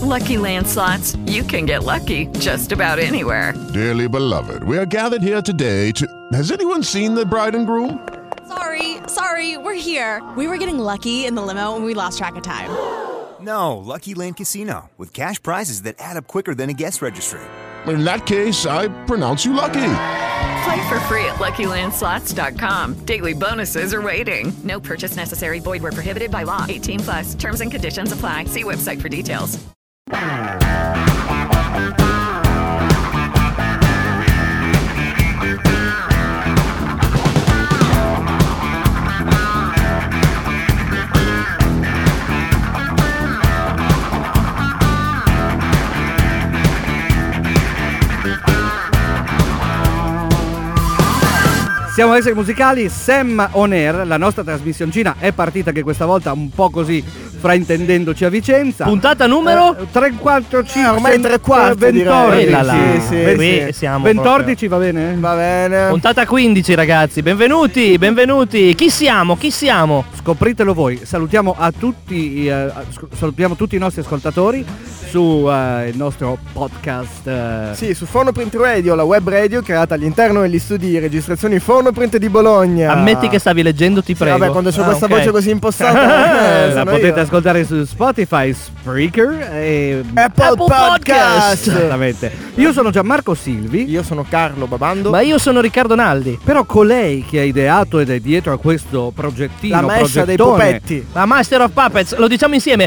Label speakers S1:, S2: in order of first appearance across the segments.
S1: Lucky Land Slots, you can get lucky just about anywhere.
S2: Dearly beloved, we are gathered here today to... Has anyone seen the bride and groom?
S3: Sorry, we're here. We were getting lucky in the limo and we lost track of time.
S4: No, Lucky Land Casino, with cash prizes that add up quicker than a guest registry.
S2: In that case, I pronounce you lucky.
S1: Play for free at LuckyLandSlots.com. Daily bonuses are waiting. No purchase necessary. Void where prohibited by law. 18+. Terms and conditions apply. See website for details.
S5: Siamo Esseri Musicali, Sam On Air, la nostra trasmissioncina è partita che questa volta un po' così fraintendendoci a Vicenza.
S6: Puntata numero?
S5: 3, 4, 5,
S7: ormai 3/4
S5: 14.
S7: direi.
S6: Qui siamo
S5: 14 va bene?
S7: Va bene.
S6: Puntata 15 ragazzi, benvenuti. Chi siamo?
S5: Scopritelo voi. Salutiamo tutti i nostri ascoltatori su il nostro podcast.
S7: Sì, su Phonoprint Radio, la web radio creata all'interno degli studi di registrazione Phonoprint di Bologna.
S6: Ammetti che stavi leggendo, ti prego.
S7: Vabbè, quando c'ho questa
S6: okay.
S7: voce così impostata
S5: La potete ascoltare su Spotify, Spreaker e
S7: Apple Podcast.
S5: Esattamente. Io sono Gianmarco Silvi.
S7: Io sono Carlo Babando.
S6: Ma io sono Riccardo Naldi.
S5: Però colei che ha ideato ed è dietro a questo progettino,
S7: la maestra dei
S5: progettone,
S7: pupetti,
S6: La Master of Puppets, lo diciamo insieme.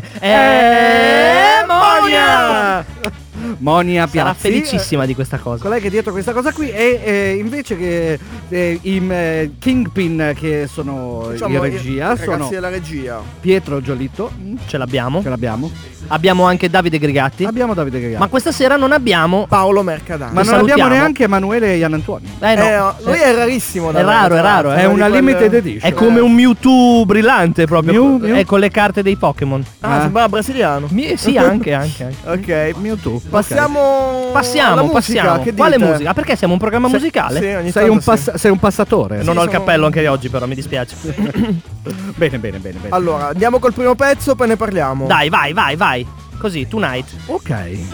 S5: Monia
S6: Sarà
S5: Piazzi,
S6: felicissima di questa cosa.
S5: colei che è dietro questa cosa qui e invece che i Kingpin che sono in regia sono
S7: ragazzi della regia.
S5: Pietro Giolito,
S6: Ce l'abbiamo.
S5: abbiamo
S6: anche Davide Gregatti.
S5: Davide Gregatti,
S6: Ma questa sera non abbiamo
S7: Paolo Mercadante.
S5: ma non
S6: salutiamo.
S5: abbiamo neanche Emanuele Iannantuoni.
S6: no.
S7: Lui è rarissimo da
S6: È raro.
S5: È una limited edition.
S6: È come un Mewtwo brillante proprio.
S5: Mew?
S6: È con le carte dei Pokémon.
S7: Sembra brasiliano.
S6: Sì, anche.
S7: Ok.
S5: Mewtwo.
S7: Passiamo alla musica. Che
S6: Quale
S7: dite?
S6: musica? Perché siamo un programma musicale?
S7: Sì, ogni
S5: Sei
S7: tanto
S5: sei un passatore.
S6: Non ho il cappello anche oggi, però mi dispiace.
S5: Bene.
S7: Allora, andiamo col primo pezzo, poi ne parliamo.
S6: Dai, vai. Così, Tonight.
S5: Ok.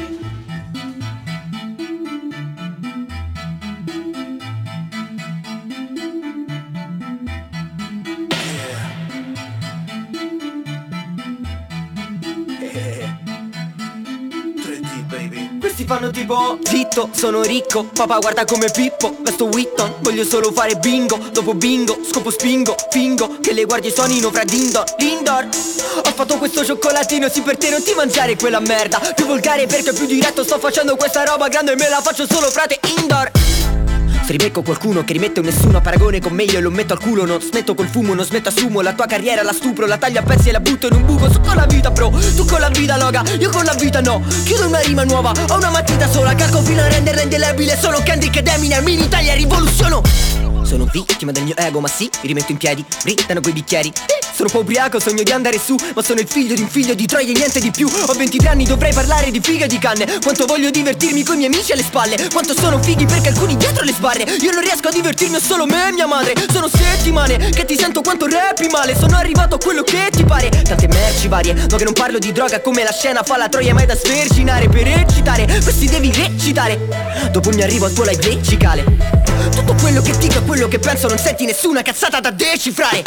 S8: Questi fanno tipo zitto, sono ricco, papà guarda come Pippo, vesto Witton, voglio solo fare bingo, dopo bingo, scopo spingo, fingo, che le guardie suonino fra dindor, lindor. Ho fatto questo cioccolatino, sì per te non ti mangiare quella merda, più volgare perché più diretto sto facendo questa roba grande e me la faccio solo frate indoor. Se ribecco qualcuno che rimette un nessuno a paragone con me, io lo metto al culo, non smetto col fumo, non smetto assumo, la tua carriera la stupro, la taglio a pezzi e la butto in un buco, su con la vita bro, tu con la vita loga, io con la vita no, chiudo una rima nuova, ho una matita sola, calco fino a renderla indelebile, sono Kendrick ed Eminem, in Italia rivoluziono. Sono vittima del mio ego, ma sì, mi rimetto in piedi, brillano quei bicchieri. Sono un po' ubriaco, sogno di andare su, ma sono il figlio di un figlio di Troia e niente di più. Ho 23 anni, dovrei parlare di figa e di canne. Quanto voglio divertirmi coi miei amici alle spalle, quanto sono fighi perché alcuni dietro le sbarre. Io non riesco a divertirmi, ho solo me e mia madre. Sono settimane che ti sento quanto rappi male, sono arrivato a quello che ti pare. Tante merci varie, no che non parlo di droga come la scena fa la Troia, ma è da sverginare per eccitare. Questi devi recitare, dopo mi arrivo al tuo live lessicale. Tutto quello che dico e quello che penso non senti nessuna cazzata da decifrare.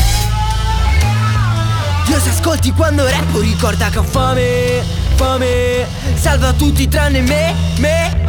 S8: Dio se ascolti quando rappo ricorda che ho fame, salva tutti tranne me.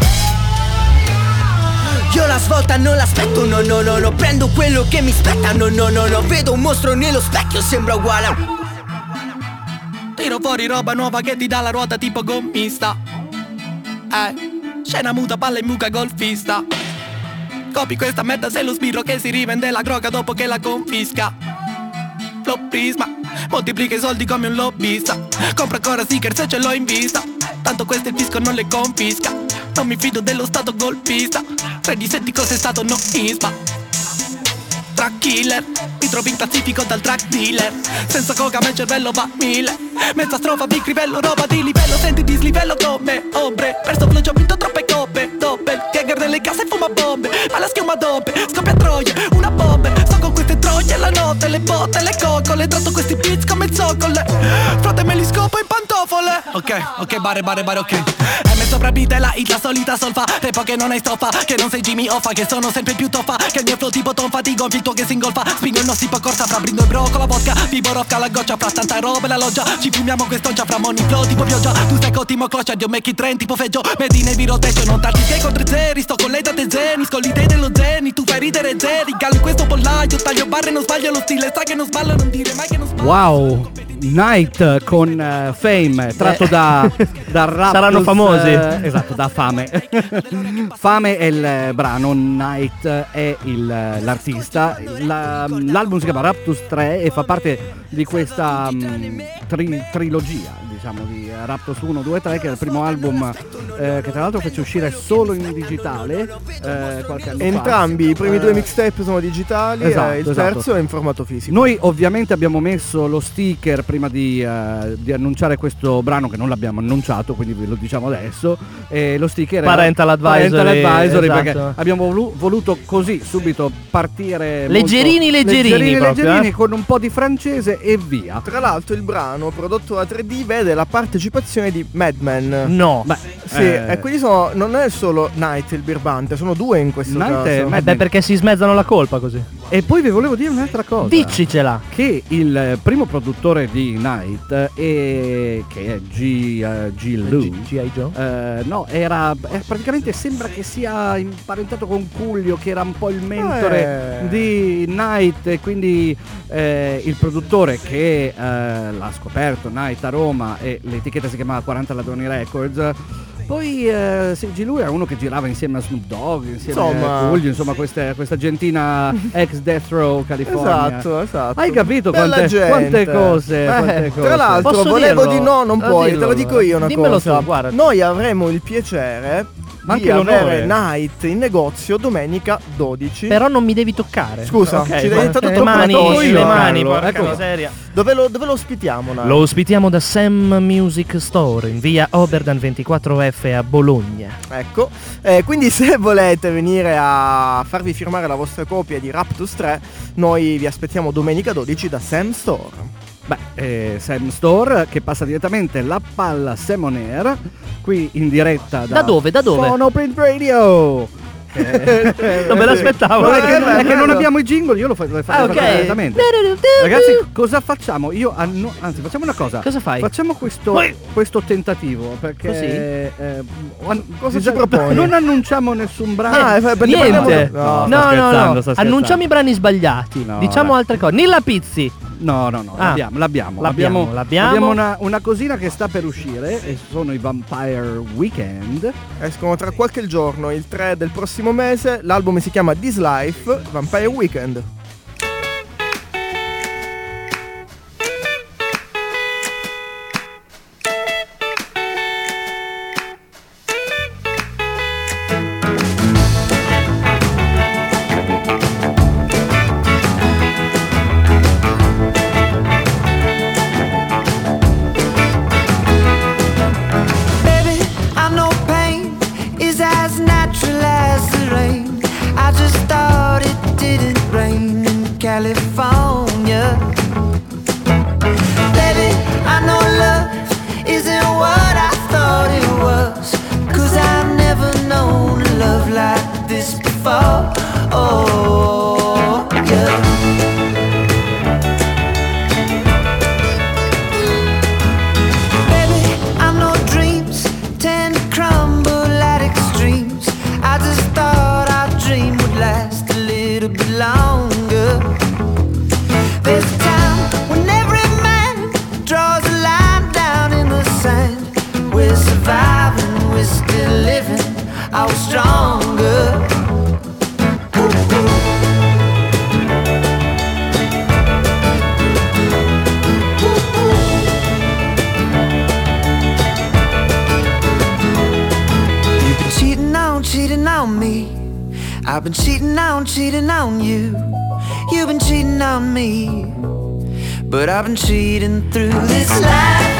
S8: Io la svolta non l'aspetto, no, prendo quello che mi spetta, no, vedo un mostro nello specchio, sembra uguale. Tiro fuori roba nuova che ti dà la ruota tipo gommista. Scena muta, palla in mucca golfista. Copi questa merda, sei lo sbirro che si rivende la droga dopo che la confisca. Flow prisma, moltiplica i soldi come un lobbista. Compra ancora sticker se ce l'ho in vista. Tanto questo il fisco non le confisca. Non mi fido dello stato golpista. Freddy senti cos'è stato no isma. Track killer, mi trovo in classifico dal track dealer. Senza coca ma il cervello va mille. Mezza strofa di crivello, roba di livello. Senti dislivello come ombre. Perso flow, ci ho vinto troppe coppe. Doppel, Gagger nelle case fuma bombe. Ma la schiuma doppe, scoppia troie, una bomba. Sto con queste troie
S9: e la notte, le botte, le coccole, tratto questi beats come zoccole. Frate me li scopo in pantofole. Ok, bare, ok. M sopra beat e la hit, la solita solfa. Tempo che non hai stoffa, che non sei Jimmy Hoffa, che sono sempre più toffa, che il mio flow tipo tonfa, ti gonfi il tuo che si ingolfa. Spingo il nostro tipo corsa, fra brindo e bro con la vodka, vivo rocca la goccia, fra tanta roba e la loggia. Ci fumiamo quest'oncia, fra money flow tipo pioggia. Tu stai con Timo Cloccia, io make it trend tipo feggio. Medina e viro teggio, non tardi che contro i zeri. Sto con lei da te zeni, con l'idea dello zeni. Tu fai ridere zeri, gallo in questo pollaio. Taglio barre, non sbaglio lo stile, sai che non sballo, non dire mai che non sbaglio.
S5: Wow, Night con Fame, tratto da Raptus.
S6: Saranno famosi.
S5: Esatto, da Fame. Fame è il brano, Night è l'artista. L'album si chiama Raptus 3 e fa parte di questa trilogia, diciamo, di Raptus 1, 2, 3, che è il primo album che tra l'altro fece uscire solo in digitale qualche anno fa.
S7: Entrambi i primi due mixtape sono digitali,
S5: esatto,
S7: il terzo è in formato fisico.
S5: Noi ovviamente abbiamo messo lo sticker prima di annunciare questo brano, che non l'abbiamo annunciato, quindi ve lo diciamo adesso. Lo sticker è
S6: Parental Advisory,
S5: esatto.
S6: perché
S5: abbiamo voluto così subito partire
S6: leggerini proprio,
S5: con un po' di francese e via.
S7: Tra l'altro il brano prodotto da 3D vede la partecipazione di Madman.
S6: No.
S5: Beh,
S7: sì, e quindi non è solo Night il birbante, sono due in questo caso.
S6: Beh, perché si smezzano la colpa così.
S5: E poi vi volevo dire un'altra cosa.
S6: Dicicela.
S5: Che il primo produttore di Night che è G.I. Joe. No, era praticamente, sembra che sia imparentato con Coolio, che era un po' il mentore di Night, e quindi il produttore che l'ha scoperto Night a Roma, e l'etichetta si chiamava 40 Ladroni Records. Poi sì, lui era uno che girava insieme a Snoop Dogg, insieme a Coolio, insomma questa gentina ex Death Row California.
S7: Esatto.
S5: Hai capito quante cose?
S7: Tra l'altro
S6: posso
S7: volevo
S6: dirlo?
S7: di no, non puoi,
S6: Dillo,
S7: te lo dico io una
S6: dimmelo
S7: cosa.
S6: tu, guarda.
S7: Noi avremo il piacere
S5: Ma
S7: di
S5: anche
S7: avere
S5: l'onore.
S7: Night in negozio domenica 12.
S6: Però non mi devi toccare.
S7: Scusa,
S6: Ok,
S7: ci devi tradurre
S6: le mani,
S7: troppo io,
S6: le mani,
S5: Carlo.
S6: porca
S5: Ecco.
S6: miseria.
S7: Dove lo ospitiamo, Night?
S6: Lo ospitiamo da Sam Music Store in via Oberdan 24F a Bologna.
S7: Ecco, quindi se volete venire a farvi firmare la vostra copia di Raptus 3, noi vi aspettiamo domenica 12 da Sam Store.
S5: Beh, Sam Store, che passa direttamente la palla Sam On Air, qui in diretta
S6: Da dove?
S5: Phonoprint Radio.
S6: Non me l'aspettavo.
S5: È che non abbiamo i jingle, io lo faccio
S6: ok.
S5: direttamente. Ragazzi, cosa facciamo? Anzi, facciamo una cosa.
S6: Cosa fai?
S5: Facciamo questo tentativo, perché
S7: Cosa ci proponi?
S5: non annunciamo nessun brano.
S6: Niente.
S5: No,
S6: No.
S5: sto scherzando.
S6: Annunciamo i brani sbagliati.
S5: No,
S6: diciamo
S5: vabbè.
S6: altre cose. Nilla Pizzi.
S5: No, l'abbiamo. Abbiamo una cosina che sta per uscire, e sono i Vampire Weekend.
S7: Escono tra qualche giorno, il 3 del prossimo mese. L'album si chiama This Life, Vampire Weekend.
S10: Baby, I know pain is as natural as the rain. I just thought it didn't rain in California. Baby, I know love isn't what I thought it was, 'cause I've never known a love like this before. Oh, yeah. Baby, I know dreams tend to crumble at extremes. I just thought our dream would last a little bit longer. There's a time when every man draws a line down in the sand. We're surviving, we're still living, I was stronger. You've been cheating on me. I've been cheating on you. You've been cheating on me. But I've been cheating through this life,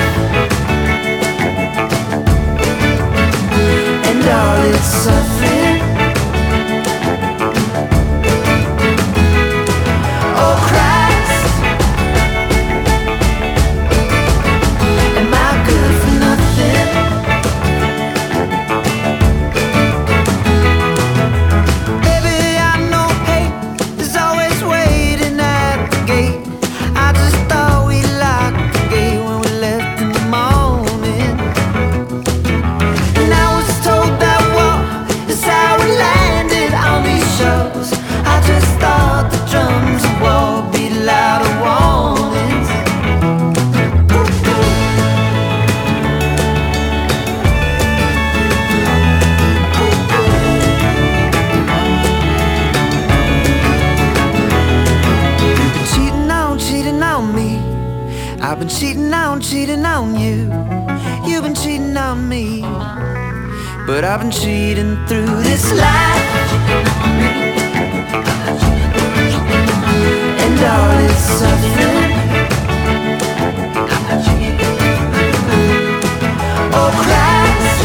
S10: and all its suffering. Oh, cry I've been cheating on you. You've been cheating on me. But I've been cheating through this life. And all is suffering. Oh Christ,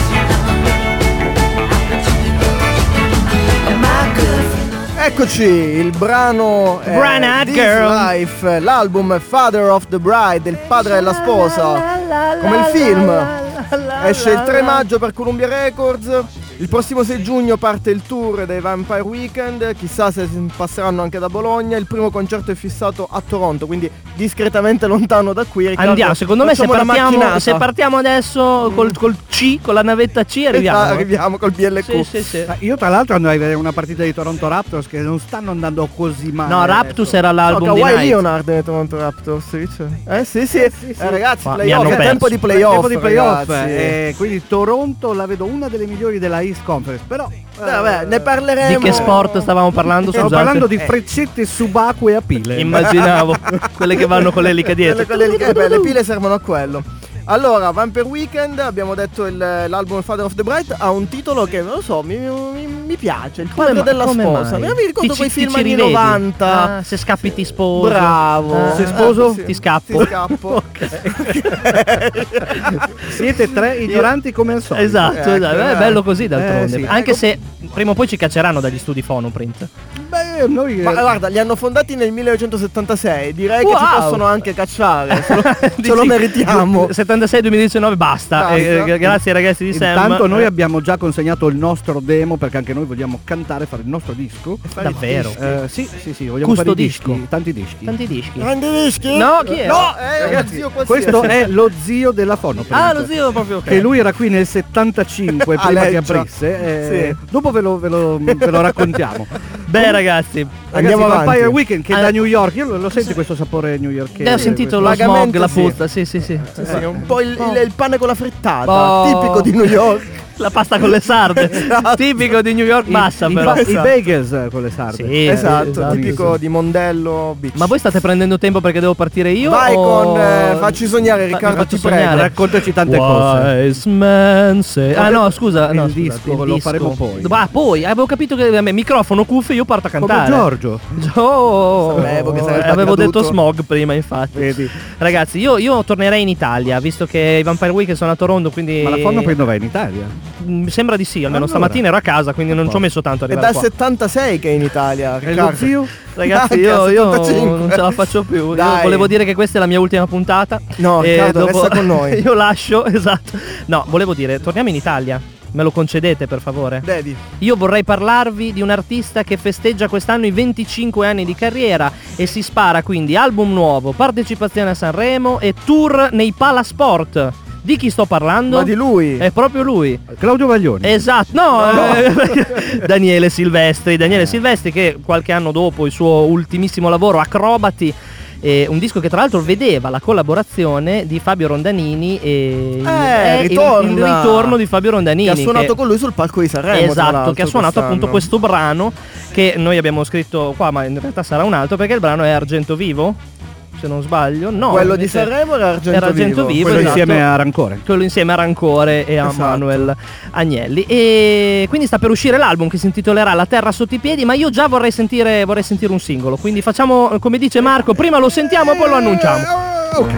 S10: am I good?
S7: Eccoci, il brano
S6: Brana
S7: This
S6: Girl.
S7: Life, l'album Father of the Bride, il padre della sposa, come il film. Esce il 3 maggio per Columbia Records. Il prossimo 6 giugno parte il tour dei Vampire Weekend. Chissà se passeranno anche da Bologna. Il primo concerto è fissato a Toronto, quindi discretamente lontano da qui. Riccardo,
S6: Andiamo, secondo me se partiamo adesso col C, con la navetta C, arriviamo.
S7: Arriviamo col BLQ.
S6: Sì.
S5: Io tra l'altro andrei a vedere una partita di Toronto Raptors che non stanno andando così male.
S6: No, Raptors era l'album di
S7: Kawhi
S6: Night.
S7: Leonard nei Toronto Raptors, dice. Sì. Ragazzi,
S6: Ma mi
S7: playoff,
S6: hanno
S7: è tempo
S6: perso.
S7: di playoff,
S5: Quindi Toronto la vedo una delle migliori della East Conference. Però
S7: vabbè, ne parleremo.
S6: Di che sport stavamo parlando?
S5: stiamo
S6: Scusate.
S5: parlando di freccette subacquee a pile.
S6: Immaginavo quelle che vanno con le eliche dietro.
S7: Le pile servono a quello. Allora, Vampire Weekend, abbiamo detto l'album Father of the Bride ha un titolo che non lo so, mi piace, il padre della sposa. Mi ricordo quei film anni 90.
S6: Se scappi ti sposo.
S7: Bravo.
S5: Se sposo
S7: sì.
S6: ti scappo.
S7: Ti scappo.
S5: Siete tre ignoranti come al solito.
S6: Esatto. È bello così d'altronde.
S5: Sì.
S6: Anche se prima o poi ci cacceranno dagli studi Phonoprint.
S5: Beh, noi
S7: Ma guarda, li hanno fondati nel 1976, direi che ci
S6: Wow.
S7: possono anche cacciare, ce lo meritiamo.
S6: 76-2019 basta. Grazie ragazzi di Sam.
S5: Intanto noi abbiamo già consegnato il nostro demo perché anche noi vogliamo cantare, fare il nostro disco.
S6: Davvero?
S5: Sì, vogliamo fare i
S6: disco.
S5: dischi, tanti dischi.
S6: Tanti dischi.
S7: Grandi dischi?
S6: No, chi è?
S7: No,
S5: Ragazzi,
S7: zio qualsiasi.
S5: questo è lo zio della Phonoprint.
S6: Ah, lo zio proprio ok.
S5: Che lui era qui nel 75
S7: A
S5: prima che
S7: Leccia.
S5: aprisse. Dopo ve lo raccontiamo.
S6: Beh ragazzi,
S7: Andiamo avanti.
S5: Vampire Weekend che
S6: Ah.
S5: da New York, io lo senti questo sapore newyorkese?
S6: ho sentito lo
S7: Vagamente
S6: smog, la
S7: sì.
S6: puzza. Sì.
S7: Sì, un po' il pane con la frittata,
S6: Oh.
S7: tipico di New York.
S6: La pasta con le sarde.
S7: Esatto.
S6: Tipico di New York, bassa però.
S5: I bagels con le sarde.
S6: Sì,
S7: Esatto,
S6: sì.
S7: tipico di Mondello Beach.
S6: Ma voi state prendendo tempo perché devo partire io?
S7: Vai
S6: o-
S7: facci sognare, Riccardo,
S6: faccio
S7: ti prego.
S6: sognare.
S5: Raccontaci tante cose.
S6: Wise man say- Ah no, scusa, no,
S5: Il
S6: scusate,
S5: disco lo faremo poi.
S6: Poi avevo capito che microfono, cuffie, io parto a
S5: Come
S6: cantare.
S5: Giorgio.
S6: Oh,
S7: Sapevo che sarebbe
S6: avevo
S7: accaduto.
S6: detto smog prima, infatti.
S5: Vedi.
S6: Ragazzi, io tornerei in Italia, visto che i Vampire Weekend sono a Toronto, quindi
S5: Ma la Phonoprint dov'è in Italia?
S6: Mi sembra di sì, almeno
S5: Allora.
S6: stamattina ero a casa, quindi non ci ho messo tanto a
S7: È
S6: arrivare
S7: dal
S6: qua.
S7: 76 che è in Italia,
S5: E lo
S7: Riccardo.
S5: zio?
S6: Ragazzi,
S7: Anche
S6: io
S7: a 75.
S6: non ce la faccio più. Io
S7: Dai.
S6: volevo dire che questa è la mia ultima puntata.
S7: No,
S6: e
S7: Riccardo, resta con noi.
S6: Io lascio, esatto. No, volevo dire, torniamo in Italia. Me lo concedete, per favore?
S7: Devi.
S6: Io vorrei parlarvi di un artista che festeggia quest'anno i 25 anni di carriera e si spara quindi album nuovo, partecipazione a Sanremo e tour nei Palasport. Di chi sto parlando?
S7: Ma di lui.
S6: È proprio lui.
S5: Claudio Baglioni.
S6: Esatto, no. Daniele Silvestri che qualche anno dopo il suo ultimissimo lavoro Acrobati, un disco che tra l'altro vedeva la collaborazione di Fabio Rondanini e il ritorno di Fabio Rondanini
S7: che ha suonato con lui sul palco di Sanremo. tra
S6: esatto,
S7: l'altro,
S6: che ha suonato appunto
S7: quest'anno.
S6: questo brano che noi abbiamo scritto qua, ma in realtà sarà un altro perché il brano è Argento Vivo, se non sbaglio. No,
S7: Quello di
S6: invece
S7: Sanremo era Argento Vivo.
S5: Quello
S6: esatto.
S5: insieme a Rancore.
S6: Quello insieme a Rancore e a
S7: Esatto.
S6: Manuel Agnelli. E quindi sta per uscire l'album che si intitolerà La terra sotto i piedi, ma io già vorrei sentire un singolo. Quindi facciamo come dice Marco, prima lo sentiamo poi lo annunciamo.
S5: Ok.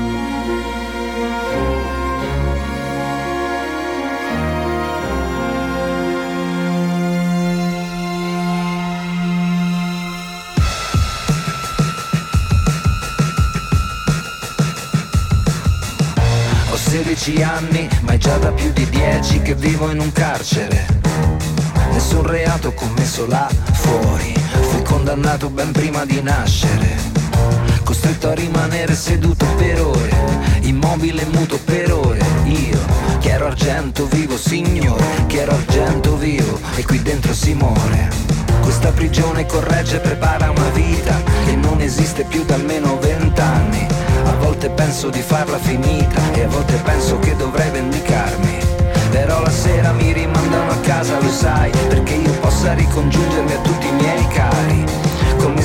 S11: Ho 16 anni, ma è già da più di 10 che vivo in un carcere. Nessun reato commesso là fuori, fui condannato ben prima di nascere. Costretto a rimanere seduto per ore, immobile e muto per ore. Io, che ero argento vivo, signore, che ero argento vivo, e qui dentro si muore. Questa prigione corregge e prepara una vita che non esiste più da almeno 20 anni. A volte penso di farla finita e a volte penso che dovrei vendicarmi. Però la sera mi rimandano a casa, lo sai, perché io possa ricongiungermi a tutti i miei cari. Come se casa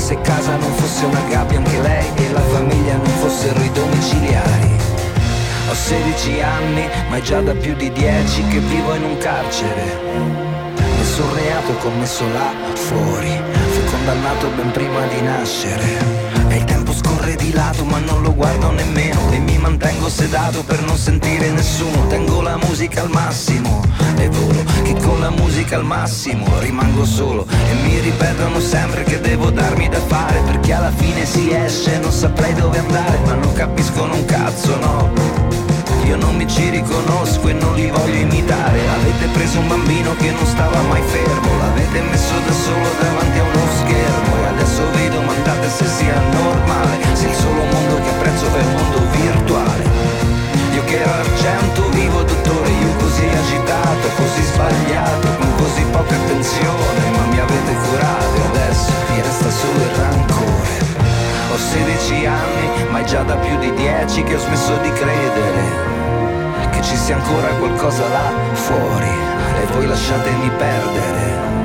S11: casa non fosse una gabbia anche lei e la famiglia non fossero i domiciliari. Ho 16 anni, ma è già da più di 10 che vivo in un carcere. Nessun reato commesso là fuori, fui condannato ben prima di nascere. E il tempo scorre di lato ma non lo guardo nemmeno, e mi mantengo sedato per non sentire nessuno. Tengo la musica al massimo e volo, che con la musica al massimo rimango solo. E mi ripetono sempre che devo darmi da fare, perché alla fine si esce, non saprei dove andare, ma non capiscono un cazzo, no. Io non mi ci riconosco e non li voglio imitare. Avete preso un bambino che non stava mai fermo, l'avete messo da solo davanti a uno schermo, e adesso vi domandate se sia normale, se il solo mondo che apprezzo è il mondo virtuale. Io che ero argento vivo, dottore, io così agitato, così sbagliato, con così poca attenzione, ma mi avete curato e adesso mi resta solo il rancore. Ho 16 anni, ma è già da più di 10 che ho smesso di credere che ci sia ancora qualcosa là fuori, e voi lasciatemi perdere.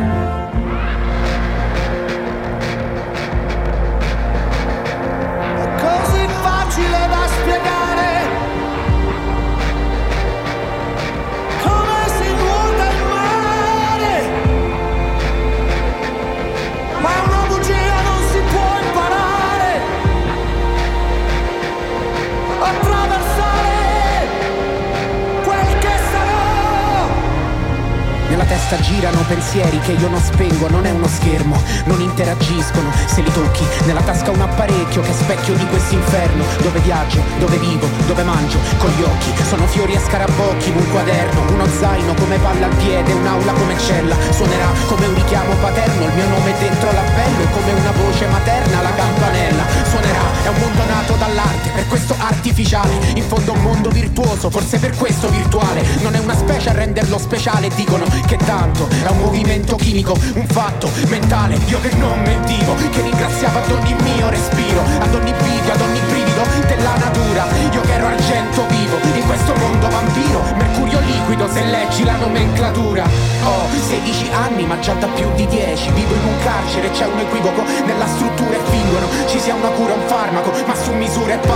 S10: È così facile da spiegare come si nuota il mare, ma è una bugia, non si può imparare a attraversare quel che sarà.
S12: Nella testa girano pensieri che io non spengo, non è uno schermo, non interagiscono se li tocchi. Nella tasca un apparecchio che è specchio di quest'inferno, dove viaggio, dove vivo, dove mangio con gli occhi. Sono fiori e scarabocchi, un quaderno, uno zaino come palla al piede, un'aula come cella. Suonerà come un richiamo paterno, il mio nome dentro l'appello, e come una voce materna la campanella. Suonerà, è un mondo nato dall'arte, per questo artificiale, in fondo un mondo virtuoso, forse per questo virtuale. Non è una specie a renderlo speciale, dicono che tanto è un movimento chimico, un fatto mentale. Io che non mentivo, che ringraziavo ad ogni mio respiro, ad ogni video, ad ogni brivido della natura. Io che ero argento vivo in questo mondo vampiro, mercurio liquido se leggi la nomenclatura. Ho 16 anni ma già da più di 10 vivo in un carcere, c'è un equivoco nella struttura e fingono ci sia una cura, un farmaco, ma su misura e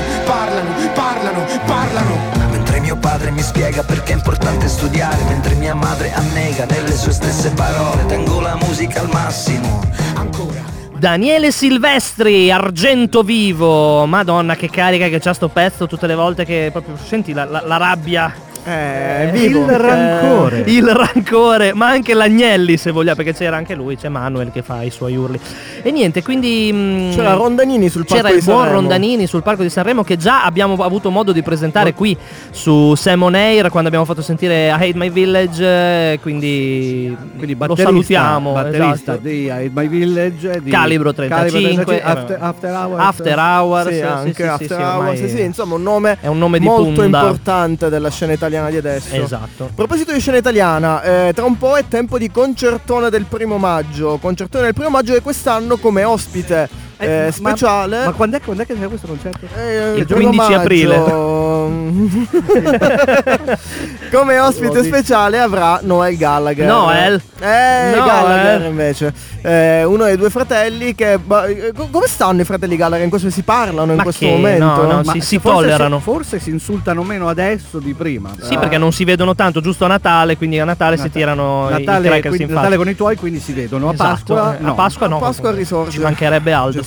S12: parlano.
S11: Mentre mio padre mi spiega perché è importante studiare, mentre mia madre annega nelle sue stesse parole, tengo la musica al massimo.
S12: Ancora.
S6: Daniele Silvestri, Argento Vivo. Madonna che carica che c'ha sto pezzo tutte le volte che proprio senti la rabbia.
S7: Vivo.
S6: Il rancore, ma anche l'Agnelli se vogliamo, perché c'era anche lui, c'è Manuel che fa i suoi urli. E niente, quindi
S7: c'era Rondanini sul palco di Sanremo.
S6: C'era il buon Rondanini sul palco di Sanremo, che già abbiamo avuto modo di presentare qui su Sam on Air quando abbiamo fatto sentire I Hate My Village, quindi lo salutiamo.
S5: Batterista
S6: esatto.
S5: di I Hate My Village, di
S6: Calibro 35,
S5: After Hours.
S6: After Hours,
S7: sì, anche
S6: sì,
S7: After Hours,
S6: sì,
S7: insomma un nome,
S6: è un nome di
S7: molto
S6: punta,
S7: importante della scena italiana di adesso.
S6: Esatto.
S7: A proposito di scena italiana, tra un po' è tempo di Concertone del 1° maggio. Concertone del 1° maggio, che quest'anno come ospite speciale.
S5: Ma quando è che c'è questo concerto?
S6: Il 15 aprile.
S7: Come ospite speciale avrà Noel Gallagher. Gallagher invece, uno dei due fratelli che come stanno i fratelli Gallagher in questo? Si parlano in questo momento?
S6: No, si tollerano.
S5: Forse si insultano meno adesso di prima.
S6: Sì, perché non si vedono tanto, giusto a Natale, quindi a Natale si tirano i crackers in faccia.
S5: Natale con i tuoi, quindi si vedono.
S6: Esatto. A Pasqua no.
S7: A Pasqua risorge.
S6: Ci mancherebbe altro.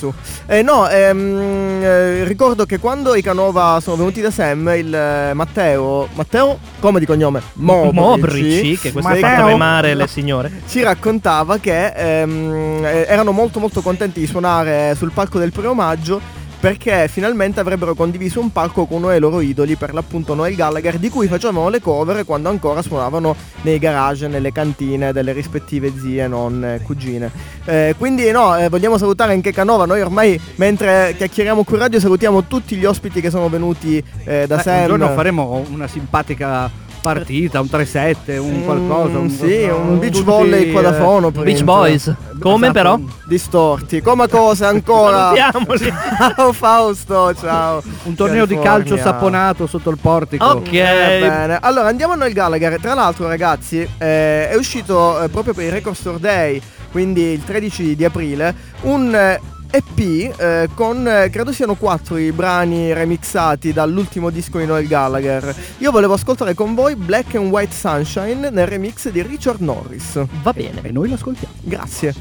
S7: Ricordo che quando i Canova sono venuti da Sam, il Matteo, come di cognome?
S6: Mobrici, che questo fa tremare le signore,
S7: ci raccontava che erano molto molto contenti di suonare sul palco del 1° maggio, perché finalmente avrebbero condiviso un palco con uno dei loro idoli, per l'appunto Noel Gallagher, di cui facevano le cover quando ancora suonavano nei garage, nelle cantine delle rispettive zie, nonne, cugine. Quindi vogliamo salutare anche Canova. Noi ormai, mentre chiacchieriamo qui in radio, salutiamo tutti gli ospiti che sono venuti da Sam.
S5: Un giorno faremo una simpatica partita, un 3-7, un qualcosa,
S7: un beach volley qua da Fono,
S6: Beach Boys. Come esatto. Però?
S7: Distorti. Come cosa ancora? Ciao Fausto, ciao.
S5: Un torneo di calcio saponato sotto il portico.
S6: Ok.
S7: Bene. Allora andiamo a Noel Gallagher. Tra l'altro, ragazzi, è uscito proprio per il Record Store Day, quindi il 13 di aprile, un EP con credo siano 4 i brani remixati dall'ultimo disco di Noel Gallagher. Io volevo ascoltare con voi Black and White Sunshine nel remix di Richard Norris.
S6: Va bene.
S5: E noi lo ascoltiamo.
S7: Grazie.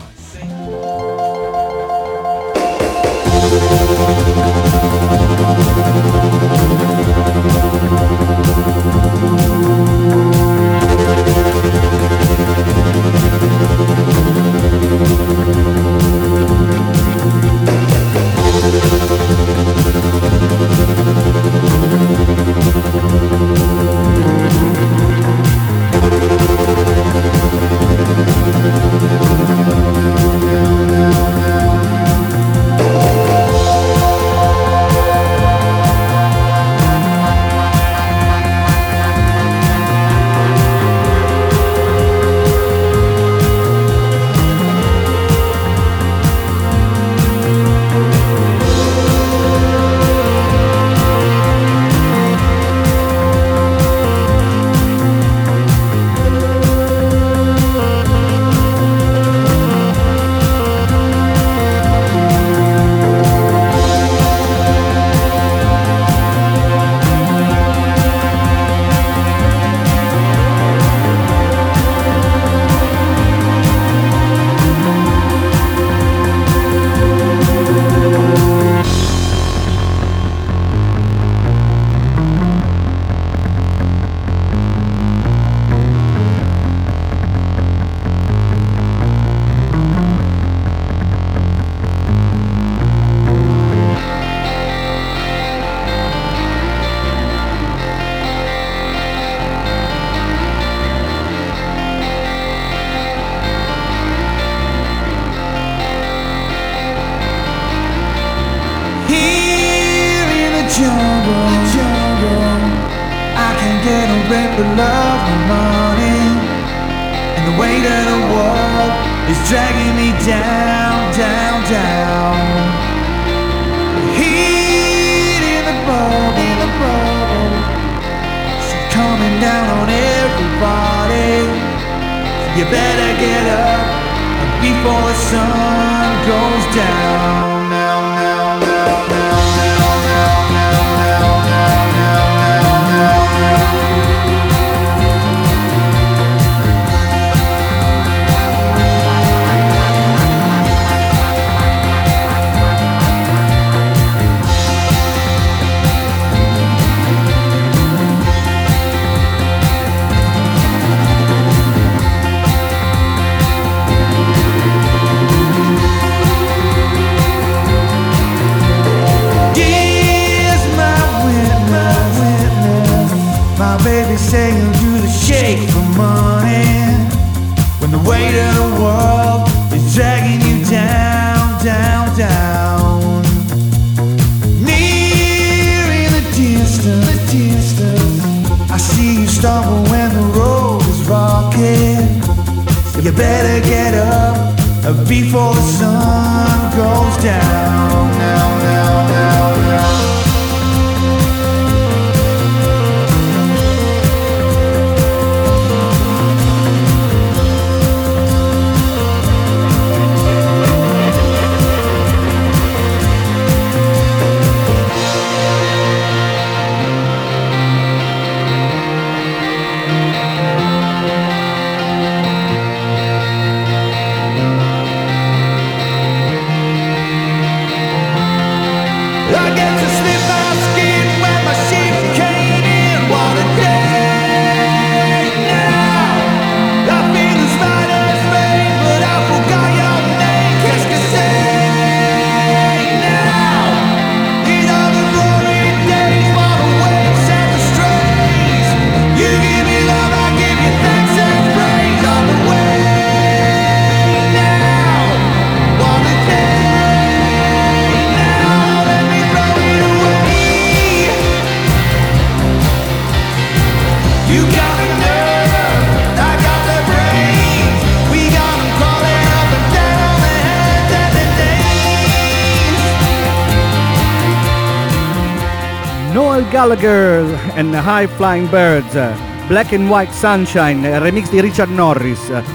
S5: Gallagher and High Flying Birds, Black and White Sunshine, remix di Richard Norris.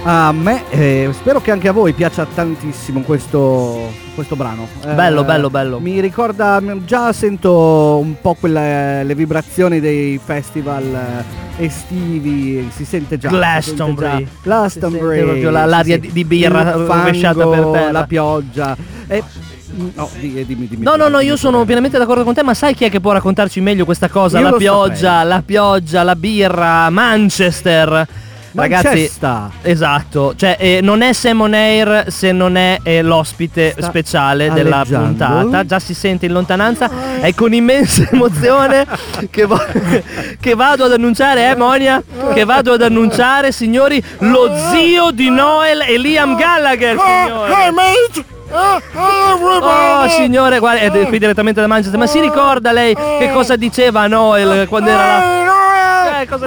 S5: A me, spero che anche a voi piaccia tantissimo questo brano.
S6: Bello.
S5: Mi ricorda, già sento un po' le vibrazioni dei festival estivi, si sente già.
S6: Glastonbury.
S5: Proprio
S6: l'aria di birra rovesciata per terra.
S5: La pioggia. No, dimmi.
S6: No, io sono pienamente d'accordo con te, ma sai chi è che può raccontarci meglio questa cosa?
S5: Io
S6: la pioggia, la birra, Manchester. Ragazzi, esatto, cioè non è Sam O'Neir se non è l'ospite speciale della puntata. Già si sente in lontananza. È con immensa emozione che vado ad annunciare, Monia? Che vado ad annunciare, signori, lo zio di Noel e Liam Gallagher, signori.
S13: Hey mate!
S6: Oh signore, guarda, è qui direttamente da Manchester. Ma si ricorda lei che cosa diceva Noel quando era là? Cosa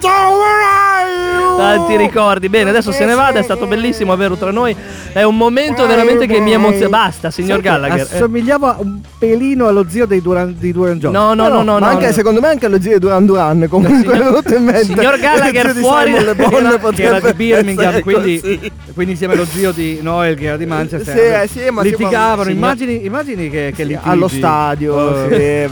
S6: tanti ricordi. Bene, adesso se ne vada. È stato bellissimo averlo tra noi. È un momento veramente che mi emoziona. Basta, signor Gallagher.
S5: Assomigliava un pelino allo zio di Duran Johnson.
S6: No.
S7: Ma anche secondo me anche allo zio di Duran comunque è venuto in mente.
S6: Signor Gallagher fuori
S5: che era di Birmingham, quindi insieme allo zio di Noel che era di Manchester.
S7: Sì, ma
S5: litigavano. Immagini che litigi
S7: allo stadio.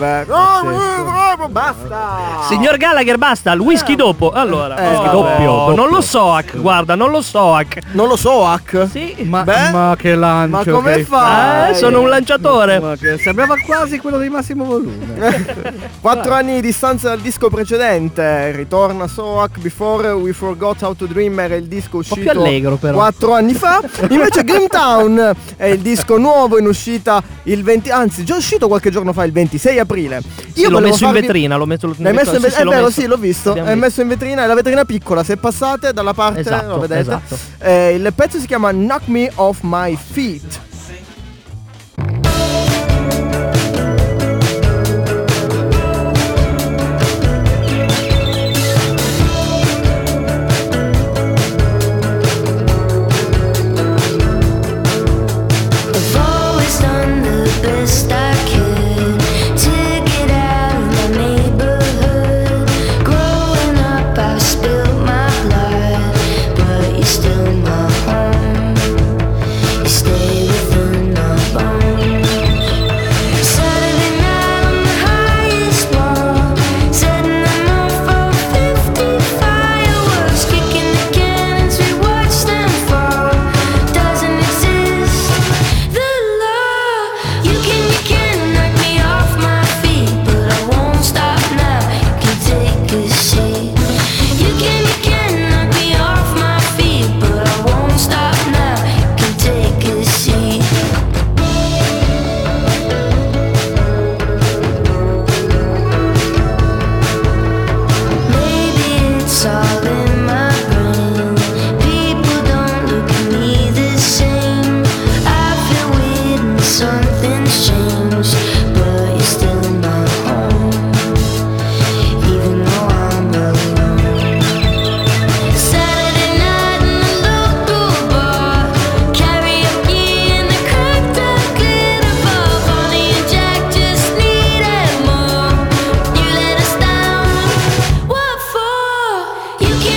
S7: Basta.
S6: Signor Gallagher, basta. Il whisky dopo. Allora,
S5: doppio.
S6: Non lo so, guarda, non lo so.
S7: Non lo so, Hack?
S6: Sì.
S5: Ma che lancio.
S7: Ma come fai?
S6: Sono un lanciatore.
S5: Sembrava quasi quello di massimo volume.
S7: 4 anni di distanza dal disco precedente. Ritorna Soak. Before We Forgot How to Dream era il disco uscito
S6: più allegro, però.
S7: 4 anni fa. Invece Grimtown è il disco nuovo in uscita il 20, anzi già uscito qualche giorno fa, il 26 aprile.
S6: Io l'ho messo in vetrina, l'ho messo
S7: L'hai messo in vetrina? È vero, sì, l'ho visto. È messo in vetrina, è la vetrina piccola. Se passate dalla parte,
S6: esatto,
S7: lo vedete.
S6: Esatto.
S7: Il pezzo si chiama Knock Me Off My Feet.
S14: You can't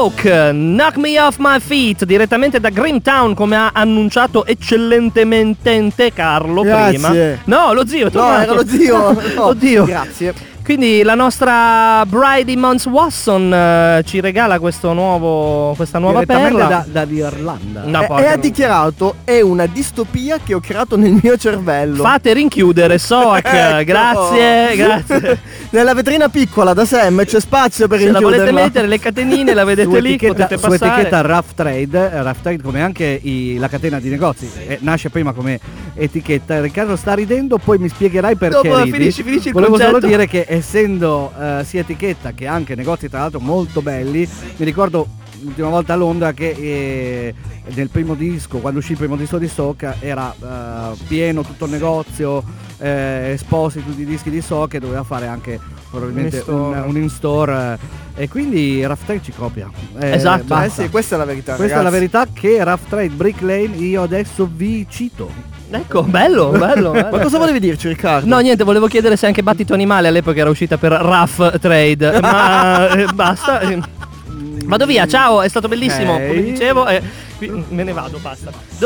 S6: Smoke, Knock Me Off My Feet, direttamente da Grimtown, come ha annunciato eccellentemente Carlo prima. No, lo zio,
S7: no, era lo zio. No,
S6: oddio.
S7: Grazie.
S6: Quindi la nostra Bridie Mons Watson ci regala questa nuova perla
S5: dall'Irlanda.
S7: E ha dichiarato: è una distopia che ho creato nel mio cervello.
S6: Fate rinchiudere Soak.
S7: Ecco.
S6: Grazie.
S7: Nella vetrina piccola da Sam c'è spazio per
S6: se
S7: rinchiuderla.
S6: Se la volete mettere le catenine, la vedete lì, potete passare.
S5: Su etichetta Rough Trade, come anche la catena di negozi, nasce prima come etichetta. Riccardo sta ridendo, poi mi spiegherai perché.
S6: Dopo finisci il
S5: Volevo
S6: concetto.
S5: solo dire che essendo sia etichetta che anche negozi tra l'altro molto belli, mi ricordo l'ultima volta a Londra che nel primo disco, quando uscì il primo disco di Soak, era pieno tutto il negozio, esposti tutti i dischi di Soak, che doveva fare anche probabilmente un in-store, e quindi Rough Trade ci copia.
S6: Esatto.
S7: Sì, questa è la verità.
S5: Questa è la verità, che Rough Trade, Brick Lane, io adesso vi cito.
S6: Ecco, bello.
S7: Ma cosa volevi dirci, Riccardo?
S6: No, niente, volevo chiedere se anche Battito Animale all'epoca era uscita per Rough Trade, ma basta. Vado via, ciao, è stato bellissimo, come dicevo, me ne vado, basta.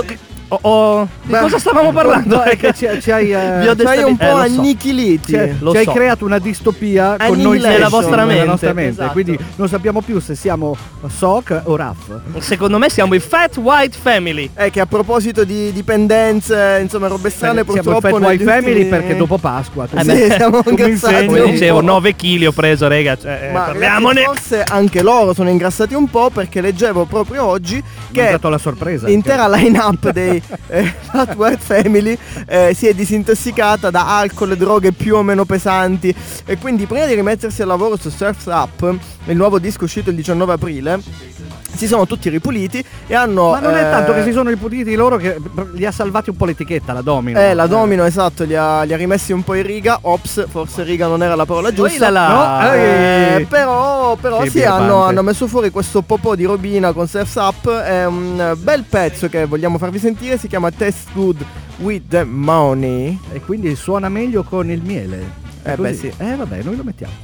S6: Di cosa stavamo parlando?
S5: È che ci hai
S7: un po' annichiliti.
S5: Ci hai creato una distopia con noi
S6: nella vostra mente.
S5: Nella nostra mente.
S6: Esatto.
S5: Quindi non sappiamo più se siamo Soak o Rough.
S6: Secondo me siamo i Fat White Family.
S7: Che a proposito di dipendenze, insomma, robe strane, purtroppo
S5: siamo i Fat White Family perché dopo Pasqua
S7: siamo ingrassati.
S6: Come dicevo, 9 kg ho preso, rega.
S7: Ma
S6: parliamone.
S7: ragazzi, forse anche loro sono ingrassati un po', perché leggevo proprio oggi che
S5: è stata la sorpresa.
S7: L'intera line-up dei Fat White Family si è disintossicata da alcol e droghe più o meno pesanti, e quindi prima di rimettersi al lavoro su Surf's Up, il nuovo disco uscito il 19 aprile, si sono tutti ripuliti e hanno...
S5: Ma non è tanto che si sono ripuliti loro, che li ha salvati un po' l'etichetta, la Domino.
S7: La Domino, esatto, li ha rimessi un po' in riga. Ops, forse riga non era la parola giusta. Però sì, hanno messo fuori questo popò di robina con Surf's Up. È un bel pezzo che vogliamo farvi sentire, si chiama Taste Good With The Money.
S5: E quindi suona meglio con il miele.
S7: Beh sì.
S5: Vabbè, noi lo mettiamo.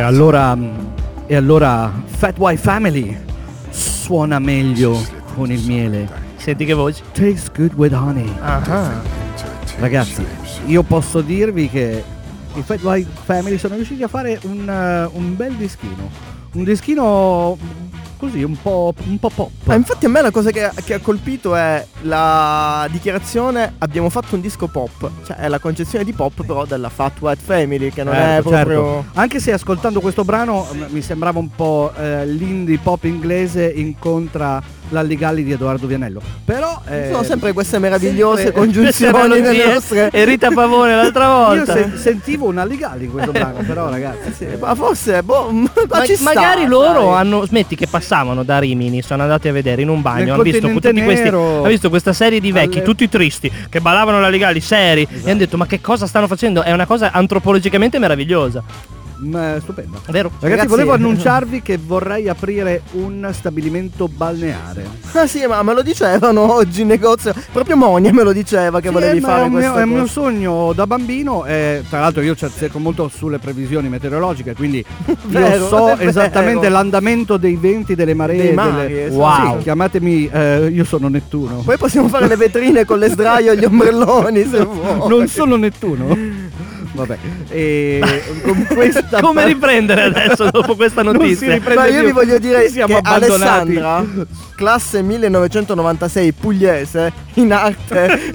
S5: allora Fat White Family suona meglio con il miele.
S6: Senti che voce.
S5: Tastes good with honey. Ragazzi, io posso dirvi che i Fat White Family sono riusciti a fare un bel dischino. Un dischino così, un po' pop.
S7: Infatti a me la cosa che ha colpito è la dichiarazione: abbiamo fatto un disco pop. Cioè è la concezione di pop però della Fat White Family, che non è proprio...
S5: Certo. Anche se ascoltando questo brano mi sembrava un po' l'indie pop inglese incontra l'Alligalli di Edoardo Vianello. Però
S7: sono sempre queste meravigliose congiunzioni nelle nostre...
S6: E Rita Pavone l'altra volta.
S5: Io sentivo un Alligalli in questo brano, però ragazzi
S7: sì, ma forse
S6: magari loro hanno smetti che passavano da Rimini, sono andati a vedere in un bagno, hanno visto tutti questi, hanno visto questa serie di vecchi tutti tristi che ballavano l'Alligalli seri, e hanno detto: ma che cosa stanno facendo? È una cosa antropologicamente meravigliosa.
S5: Stupendo.
S6: Vero?
S5: Ragazzi, volevo annunciarvi che vorrei aprire un stabilimento balneare.
S7: Ah sì, ma me lo dicevano oggi in negozio. Proprio Monia me lo diceva che volevi fare questo.
S5: È un mio sogno da bambino. Tra l'altro io ci azzecco molto sulle previsioni meteorologiche, quindi io so esattamente l'andamento dei venti, delle maree,
S6: wow.
S5: Sì, chiamatemi, io sono Nettuno.
S7: Poi possiamo fare le vetrine con le sdraio e gli ombrelloni se vuoi.
S5: Non sono Nettuno. Vabbè, e con questa
S6: come riprendere adesso dopo questa notizia?
S7: Ma io vi voglio dire che Alessandra, classe 1996 pugliese, in arte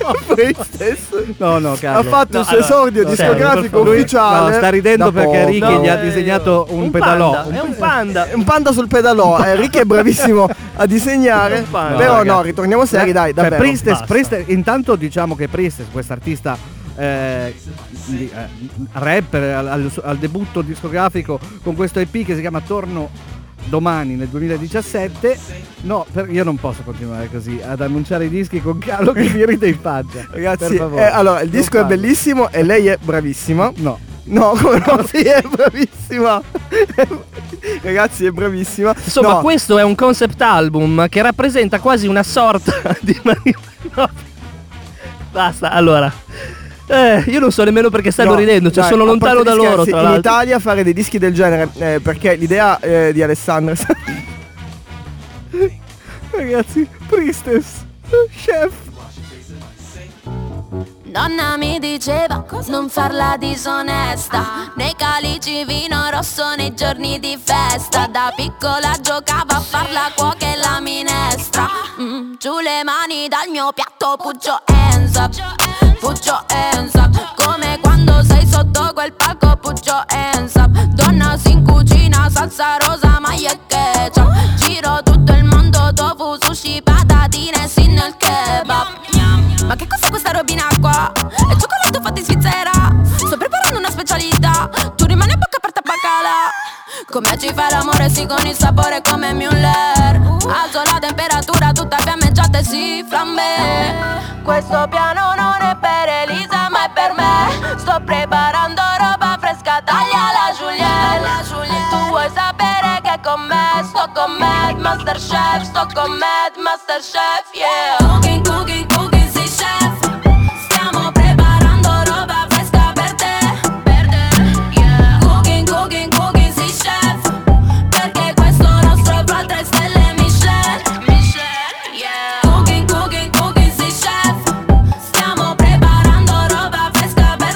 S5: no, Carlo,
S7: ha fatto il suo esordio discografico ufficiale.
S5: No, sta ridendo perché Ricky gli ha disegnato un pedalò.
S6: È un panda.
S7: Un panda sul pedalò. Ricky è bravissimo a disegnare. Però no, ritorniamo seri, dai, davvero.
S5: Priestess, intanto diciamo che Priestess, quest'artista rapper al debutto discografico con questo EP che si chiama Torno Domani nel 2017. No, io non posso continuare così ad annunciare i dischi con Carlo che mi ride in faccia.
S7: Ragazzi, allora il disco è bellissimo e lei è bravissima. No, come no? Sì, è bravissima. Ragazzi, è bravissima.
S6: Insomma, questo è un concept album che rappresenta quasi una sorta di basta, allora. Io non so nemmeno perché stanno ridendo, cioè sono lontano da loro. Tra l'altro,
S7: in Italia fare dei dischi del genere, perché l'idea di Alessandra. Ragazzi, Priestess, chef.
S13: Nonna mi diceva non farla disonesta, nei calici vino rosso nei giorni di festa. Da piccola giocava a far la cuoca e la minestra. Giù le mani dal mio piatto, puccio hands up, puccio hands up. Come quando sei sotto quel palco, puccio hands up. Donna si in cucina, salsa rosa, maglia e ketchup. Giro tutto il mondo, tofu, sushi, patatine, sin nel kebab. Ma che cos'è questa robina qua? È cioccolato fatto in Svizzera. Sto preparando una specialità. Tu rimani a bocca aperta, baccala. Come ci fai l'amore, sì, con il sapore come Müller. Alzo la temperatura, tutta fiammeggiata e si flambé. Questo piano non è per Elisa, ma è per me. Sto preparando roba fresca, taglia la Juliette. Tu vuoi sapere che con me sto con Mad Masterchef. Sto con Mad Masterchef, yeah. Cooking, cooking, cooking. Stiamo preparando roba fresca per te, yeah. Cooking, cooking, cooking, sì chef, perché questo nostro plat 3 stelle Michelin, yeah. Cooking, cooking, cooking, sì chef, stiamo preparando roba fresca per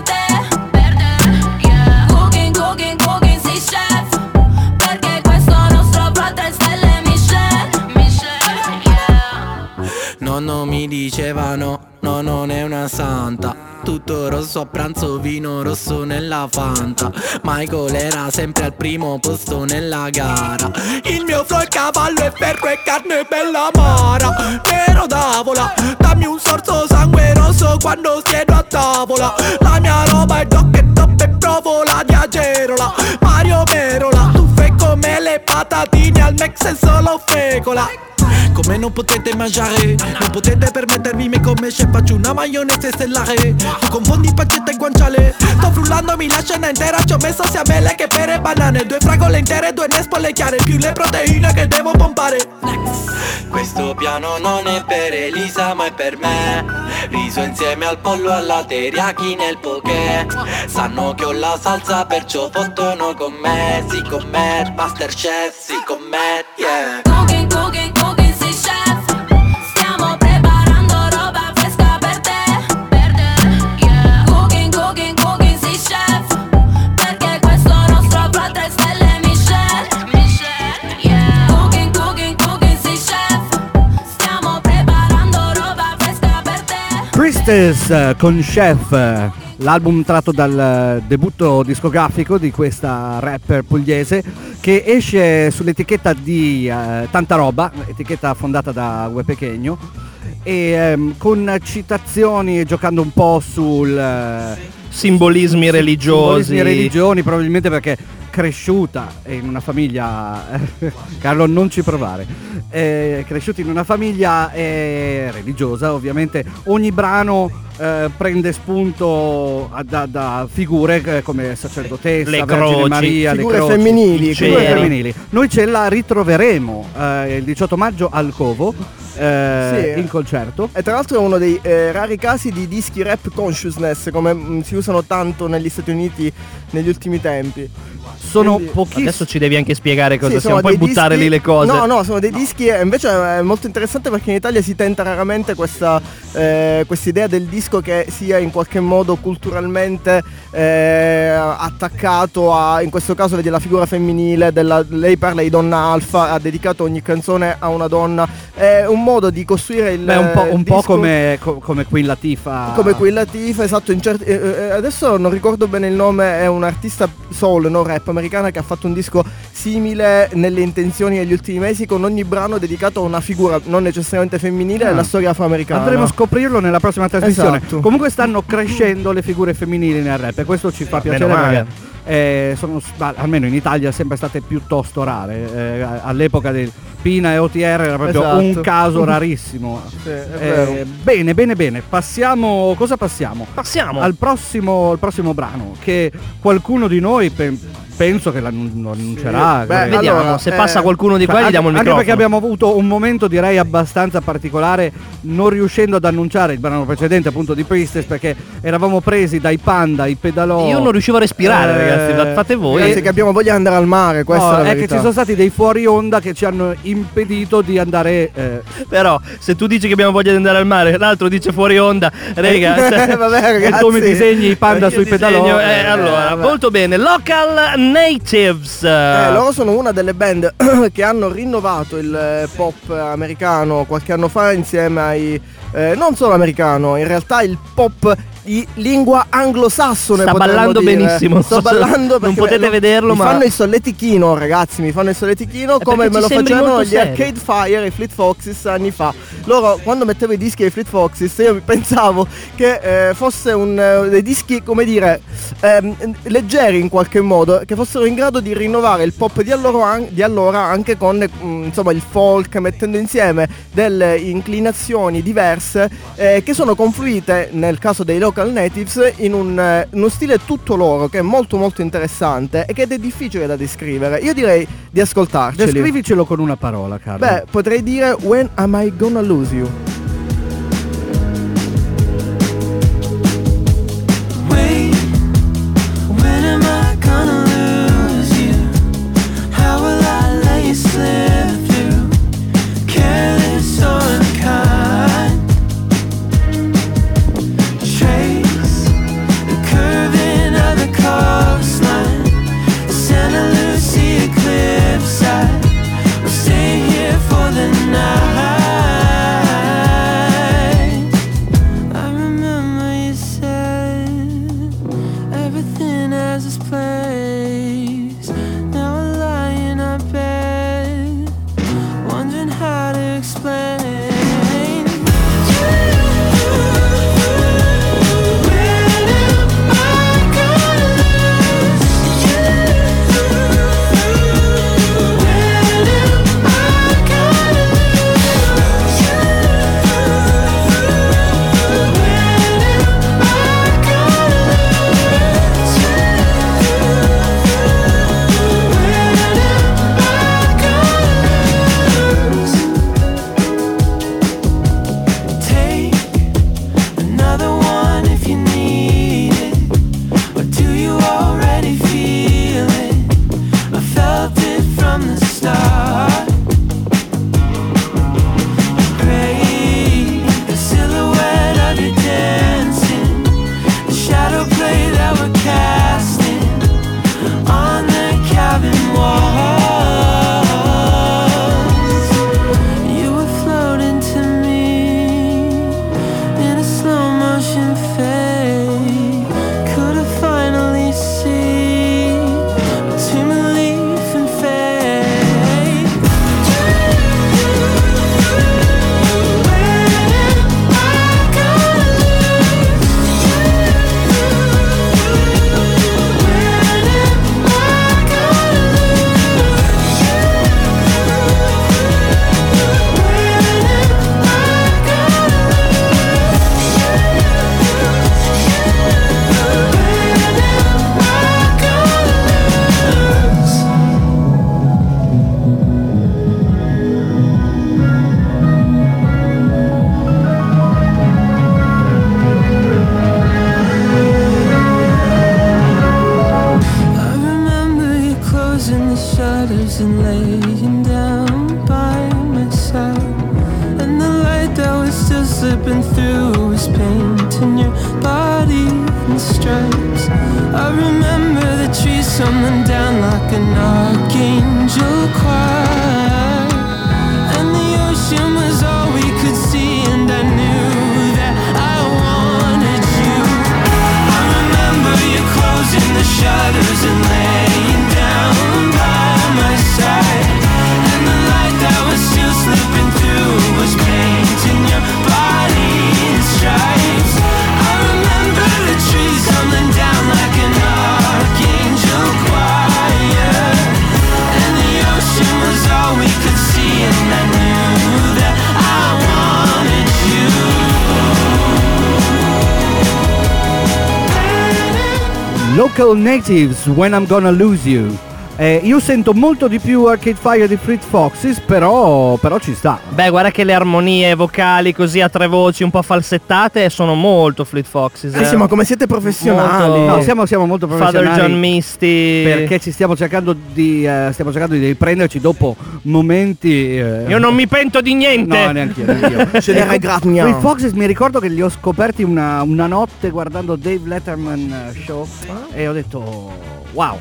S13: te, yeah. Cooking, cooking, cooking, sì chef, perché questo nostro plat 3 stelle Michelin, yeah.
S9: Nonno mi dicevano no, non è una santa. Tutto rosso a pranzo, vino rosso nella Fanta. Michael era sempre al primo posto nella gara. Il mio flow è cavallo e ferro e carne bella amara. Nero d'avola, dammi un sorso sangue rosso quando siedo a tavola. La mia roba è doc e top e provola di Agerola. Mario Merola, tu fai come le patatine al Mex e solo fecola. Come non potete mangiare, non potete permettermi, me come se faccio una maionese stellare. Tu confondi pancetta e guanciale. Sto frullando, mi lasciano intera. Ci ho messo sia mele che pere e banane. 2 fragole intere, 2 nespole chiare, più le proteine che devo pompare. Questo piano non è per Elisa, ma è per me.
S14: riso insieme al pollo e alla teriyaki nel poké. Sanno che ho la salsa perciò fottono con me. Sì con me, Masterchef, sì con me, yeah.
S13: Cooking, cooking, cooking, sì chef. Stiamo preparando roba fresca per te, yeah. Cooking, cooking, cooking, sì chef. Perché questo nostro plat 3 stelle Michelin, yeah. Cooking, cooking, cooking, sì chef. Stiamo preparando roba fresca per te.
S5: Priestess con Chef, l'album tratto dal debutto discografico di questa rapper pugliese che esce sull'etichetta di Tanta Roba, etichetta fondata da Ue Pechegno, e con citazioni, giocando un po' sul
S6: simbolismi religiosi.
S5: Simbolismi religioni, probabilmente perché cresciuta in una famiglia Carlo non ci provare, cresciuti in una famiglia religiosa, ovviamente ogni brano prende spunto da figure come sacerdotessa,
S6: le
S5: Vergine
S6: croci,
S5: Maria,
S7: figure
S5: le croci,
S7: femminili,
S5: figure femminili. Noi ce la ritroveremo il 18 maggio al Covo, in concerto.
S7: E tra l'altro è uno dei rari casi di dischi rap consciousness, come si usano tanto negli Stati Uniti negli ultimi tempi.
S5: Sono pochissimi.
S6: Adesso ci devi anche spiegare cosa
S7: Sì,
S6: siamo, puoi buttare lì le cose.
S7: No, sono dei dischi, e invece è molto interessante perché in Italia si tenta raramente questa idea del disco che sia in qualche modo culturalmente attaccato a, in questo caso vedi la figura femminile, lei parla di donna alfa, ha dedicato ogni canzone a una donna. È un modo di costruire il
S5: un
S7: disco,
S5: po' come Queen Latifah.
S7: Come Queen Latifah, esatto. Adesso non ricordo bene il nome, è un artista soul, no rap, americana, che ha fatto un disco simile nelle intenzioni negli ultimi mesi, con ogni brano dedicato a una figura non necessariamente femminile della storia afroamericana.
S5: Andremo a scoprirlo nella prossima trasmissione.
S7: Esatto.
S5: Comunque stanno crescendo le figure femminili nel rap e questo ci fa piacere perché almeno in Italia sempre state piuttosto rare. All'epoca del Pina e OTR era proprio un caso rarissimo.
S7: Sì, è vero.
S5: Bene. Passiamo al prossimo brano che qualcuno di noi penso che lo annuncerà.
S6: Vediamo, allora, se passa qualcuno di qua gli diamo il microfono.
S5: Anche perché abbiamo avuto un momento direi abbastanza particolare non riuscendo ad annunciare il brano precedente, appunto di Priestess, perché eravamo presi dai Panda, i pedalò.
S6: Io non riuscivo a respirare, ragazzi, fate voi.
S7: Ragazzi, che abbiamo voglia di andare al mare, questa è la
S5: che ci sono stati dei fuori onda che ci hanno impedito di andare
S6: Però se tu dici che abbiamo voglia di andare al mare, l'altro dice fuori onda, raga.
S7: Vabbè, ragazzi.
S5: E tu mi disegni i Panda sui pedalò.
S6: Allora, molto bene. Local Natives.
S7: Loro sono una delle band che hanno rinnovato il pop americano qualche anno fa insieme ai non solo americano, in realtà il pop di lingua anglosassone.
S6: Sta ballando benissimo.
S7: Sto ballando perché
S6: non potete vederlo, ma
S7: fanno il solletichino, ragazzi, mi fanno il solletichino come me lo facevano gli Arcade Fire e i Fleet Foxes anni fa. Loro, quando mettevo i dischi ai Fleet Foxes, io pensavo che fosse dei dischi, come dire, leggeri in qualche modo, che fossero in grado di rinnovare il pop di allora anche con insomma il folk, mettendo insieme delle inclinazioni diverse che sono confluite nel caso dei Local Natives in uno stile tutto loro, che è molto molto interessante e che è difficile da descrivere. Io direi di ascoltarceli.
S5: Descrivicelo con una parola, Carlo.
S7: Beh, potrei dire When Am I Gonna Lose You?
S10: When am I gonna lose you? How will I let you slip through? Careless or unkind. Trace the curving of the coastline, Santa Lucia cliffside. We'll stay here for the night. through was painting your body in stripes. I remember the trees summoned down like an archangel choir, and the ocean was all we could see, and I knew that I wanted you. I remember you closing the shutters and laying down by my side, and the light that was still slipping through was painting your body in stripes. I remember the trees coming down like an archangel choir, and the ocean was all we could see, and I knew that I wanted you.
S5: Local Natives, When I'm Gonna Lose You. Io sento molto di più Arcade Fire di Fleet Foxes, però ci sta.
S6: Beh, guarda che le armonie vocali così a tre voci un po' falsettate sono molto Fleet Foxes.
S7: Sì, ma come siete professionali?
S5: No, siamo molto professionali.
S6: Father John Misty.
S5: Perché ci stiamo cercando di riprenderci dopo momenti.
S6: Io non mi pento di niente.
S5: No, neanch'io. Fleet Foxes, mi ricordo che li ho scoperti una notte guardando Dave Letterman Show e ho detto wow.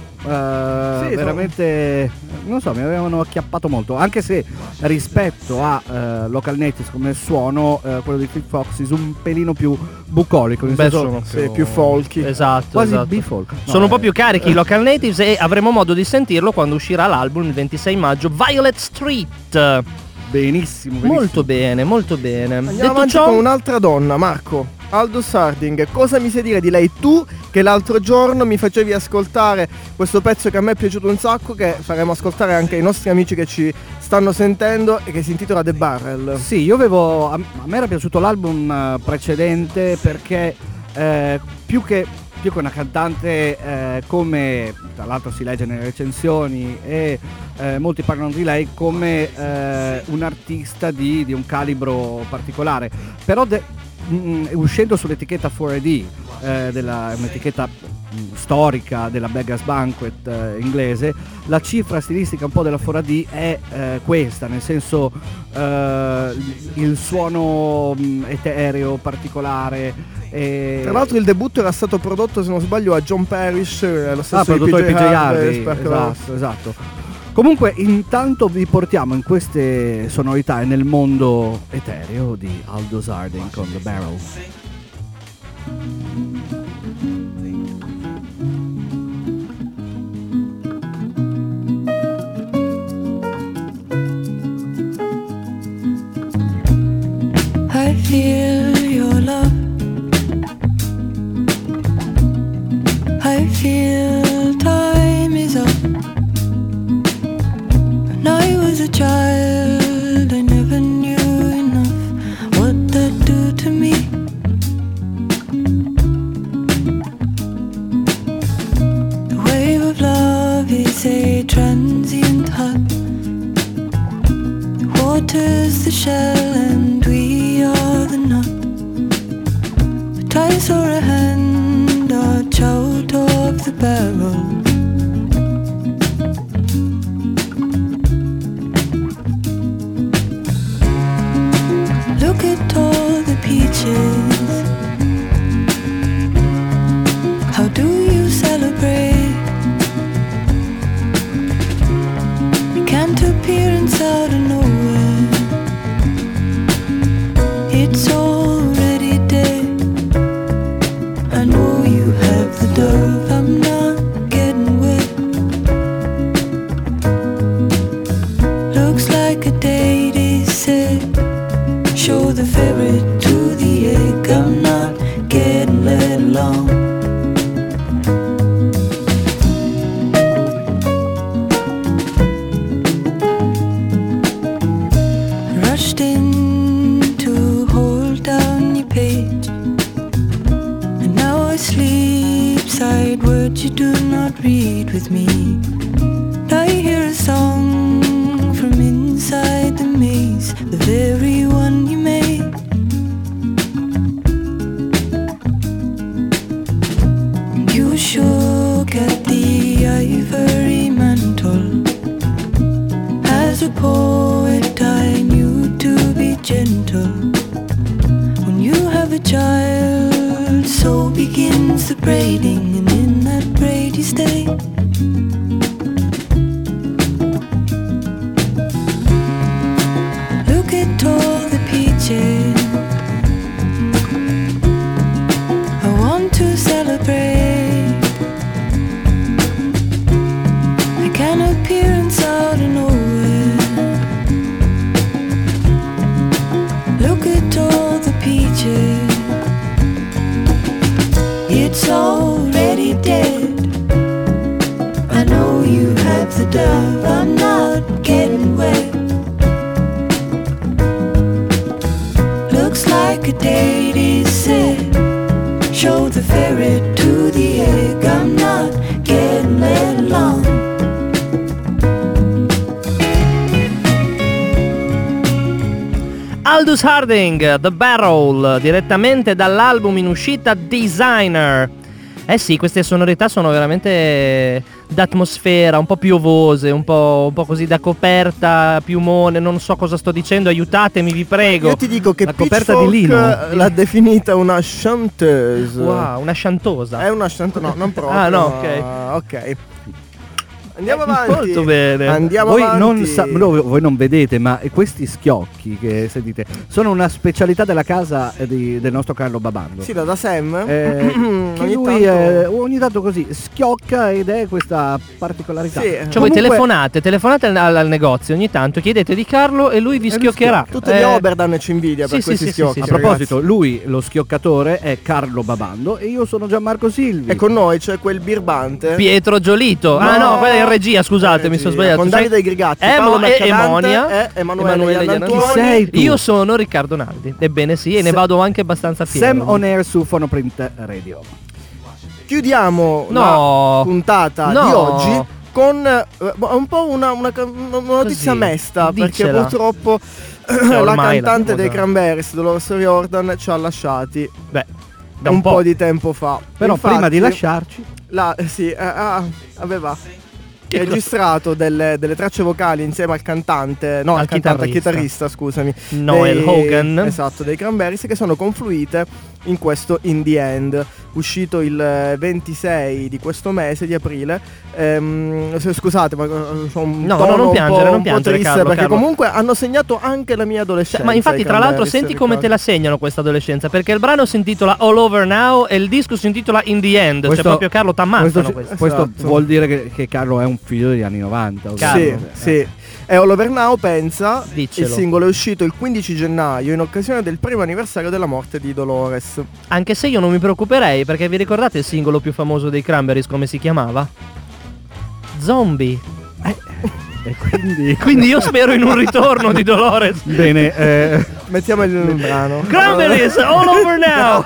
S5: Veramente non so, mi avevano acchiappato molto, anche se rispetto a Local Natives come suono, quello di Fleet Foxes un pelino più bucolico, nel senso
S7: più folky,
S6: esatto,
S5: quasi
S6: esatto.
S5: B-folk.
S6: Sono un po' più carichi i Local Natives e avremo modo di sentirlo quando uscirà l'album il 26 maggio, Violet Street.
S5: Benissimo.
S6: Molto bene, molto bene.
S7: Andiamo
S6: Detto
S7: avanti
S6: ciò,
S7: con un'altra donna, Marco. Aldous Harding, cosa mi sai dire di lei tu che l'altro giorno mi facevi ascoltare questo pezzo che a me è piaciuto un sacco, che faremo ascoltare anche ai nostri amici che ci stanno sentendo e che si intitola The Barrel?
S5: Sì, a me era piaciuto l'album precedente perché più che una cantante come tra l'altro si legge nelle recensioni e molti parlano di lei come un artista di un calibro particolare, però uscendo sull'etichetta 4AD, un'etichetta storica della Beggars Banquet inglese, la cifra stilistica un po' della 4AD è questa, nel senso il suono etereo particolare.
S7: Tra l'altro il debutto era stato prodotto, se non sbaglio, a John Parrish, lo stesso
S5: di PJ Harvey.
S7: Esatto.
S5: Esatto. Comunque intanto vi portiamo in queste sonorità e nel mondo etereo di Aldous Harding con The Barrel.
S10: I feel your love. I feel time is up. When I was a child, I never knew enough what that do to me. The wave of love is a transient hug. The water's the shell and we are the nut. But I saw a hand arch out of the barrel. Look at all the peaches. How do you celebrate? It can't appearance out of nowhere. It's already dead. I know you have the dove. I'm not getting wet. Looks like a date is set. Show the ferret to the egg. I'm not getting let along. Rushed in to hold down your page, and now I sleep side words you do not read with me. I hear a song from inside the maze, the very one you made. You shook at the ivory mantle. As a poet I knew to be gentle. When you have child, so begins the braiding, and in that braid you stay. Look at all the peaches I want to celebrate. Like an appearance out of nowhere. Look at all the peaches. It's already dead. I know you have the dove. I'm not getting wet. Looks like a date is set. Show the ferret to the egg. I'm not getting let along.
S6: Aldous Harding, The Barrel, direttamente dall'album in uscita Designer. Eh sì, queste sonorità sono veramente d'atmosfera, un po' piovose, un po' così da coperta, piumone, non so cosa sto dicendo, aiutatemi, vi prego.
S7: Io ti dico che
S6: la coperta di
S7: Pitchfork
S6: lino
S7: l'ha definita una chanteuse.
S6: Wow, una chantosa.
S7: È una chantosa, no, non proprio.
S6: Ah no,
S7: ok. Andiamo avanti.
S6: Molto bene.
S7: Andiamo
S5: Voi
S7: avanti.
S5: voi non vedete, ma questi schiocchi che sentite sono una specialità della casa del nostro Carlo Babando.
S7: Sì, da Sam.
S5: Che
S7: ogni
S5: lui
S7: tanto...
S5: ogni tanto così schiocca ed è questa particolarità.
S7: Sì.
S6: Cioè voi telefonate al negozio ogni tanto, chiedete di Carlo e lui vi schioccherà.
S7: Tutti gli Oberdan ci invidia per questi schiocchi.
S5: A proposito, lui, lo schioccatore, è Carlo Babando e io sono Gianmarco Silvi.
S7: E con noi c'è quel birbante
S6: Pietro Giolito. Ah no, quella è in regia, scusate, mi sono sbagliato.
S7: Con Davide Grigatti, Paolo Mercadante e Emanuele Iannantuoni.
S6: Io sono Riccardo Naldi. Ebbene sì, e ne vado anche abbastanza fiero.
S5: Sam On Air su Fonoprint Radio.
S7: Chiudiamo la puntata di oggi con un po' una notizia mesta, perché purtroppo la cantante dei Cranberries, Dolores O'Riordan, ci ha lasciati un po' di tempo fa.
S5: Però
S7: infatti,
S5: prima di lasciarci
S7: aveva registrato delle tracce vocali insieme al cantante, al chitarrista, scusami,
S6: Noel Hogan,
S7: esatto, dei Cranberries, che sono confluite in questo In The End, uscito il 26 di questo mese di aprile. Scusate, ma sono un tono
S6: non piangere,
S7: triste,
S6: Carlo,
S7: perché
S6: Carlo.
S7: Comunque hanno segnato anche la mia adolescenza.
S6: Ma infatti, tra l'altro, senti come te la segnano questa adolescenza, perché il brano si intitola All Over Now e il disco si intitola In The End. Cioè proprio Carlo t'ammazzano questo.
S5: Esatto. Vuol dire che Carlo è un figlio degli anni 90.
S7: Sì. E All Over Now, pensa,
S6: Diccelo.
S7: il singolo è uscito il 15 gennaio in occasione del primo anniversario della morte di Dolores.
S6: Anche se io non mi preoccuperei, perché vi ricordate il singolo più famoso dei Cranberries, come si chiamava? Zombie.
S5: E
S6: quindi io spero in un ritorno di Dolores.
S7: Bene, mettiamo il brano.
S6: Cranberries, All Over Now.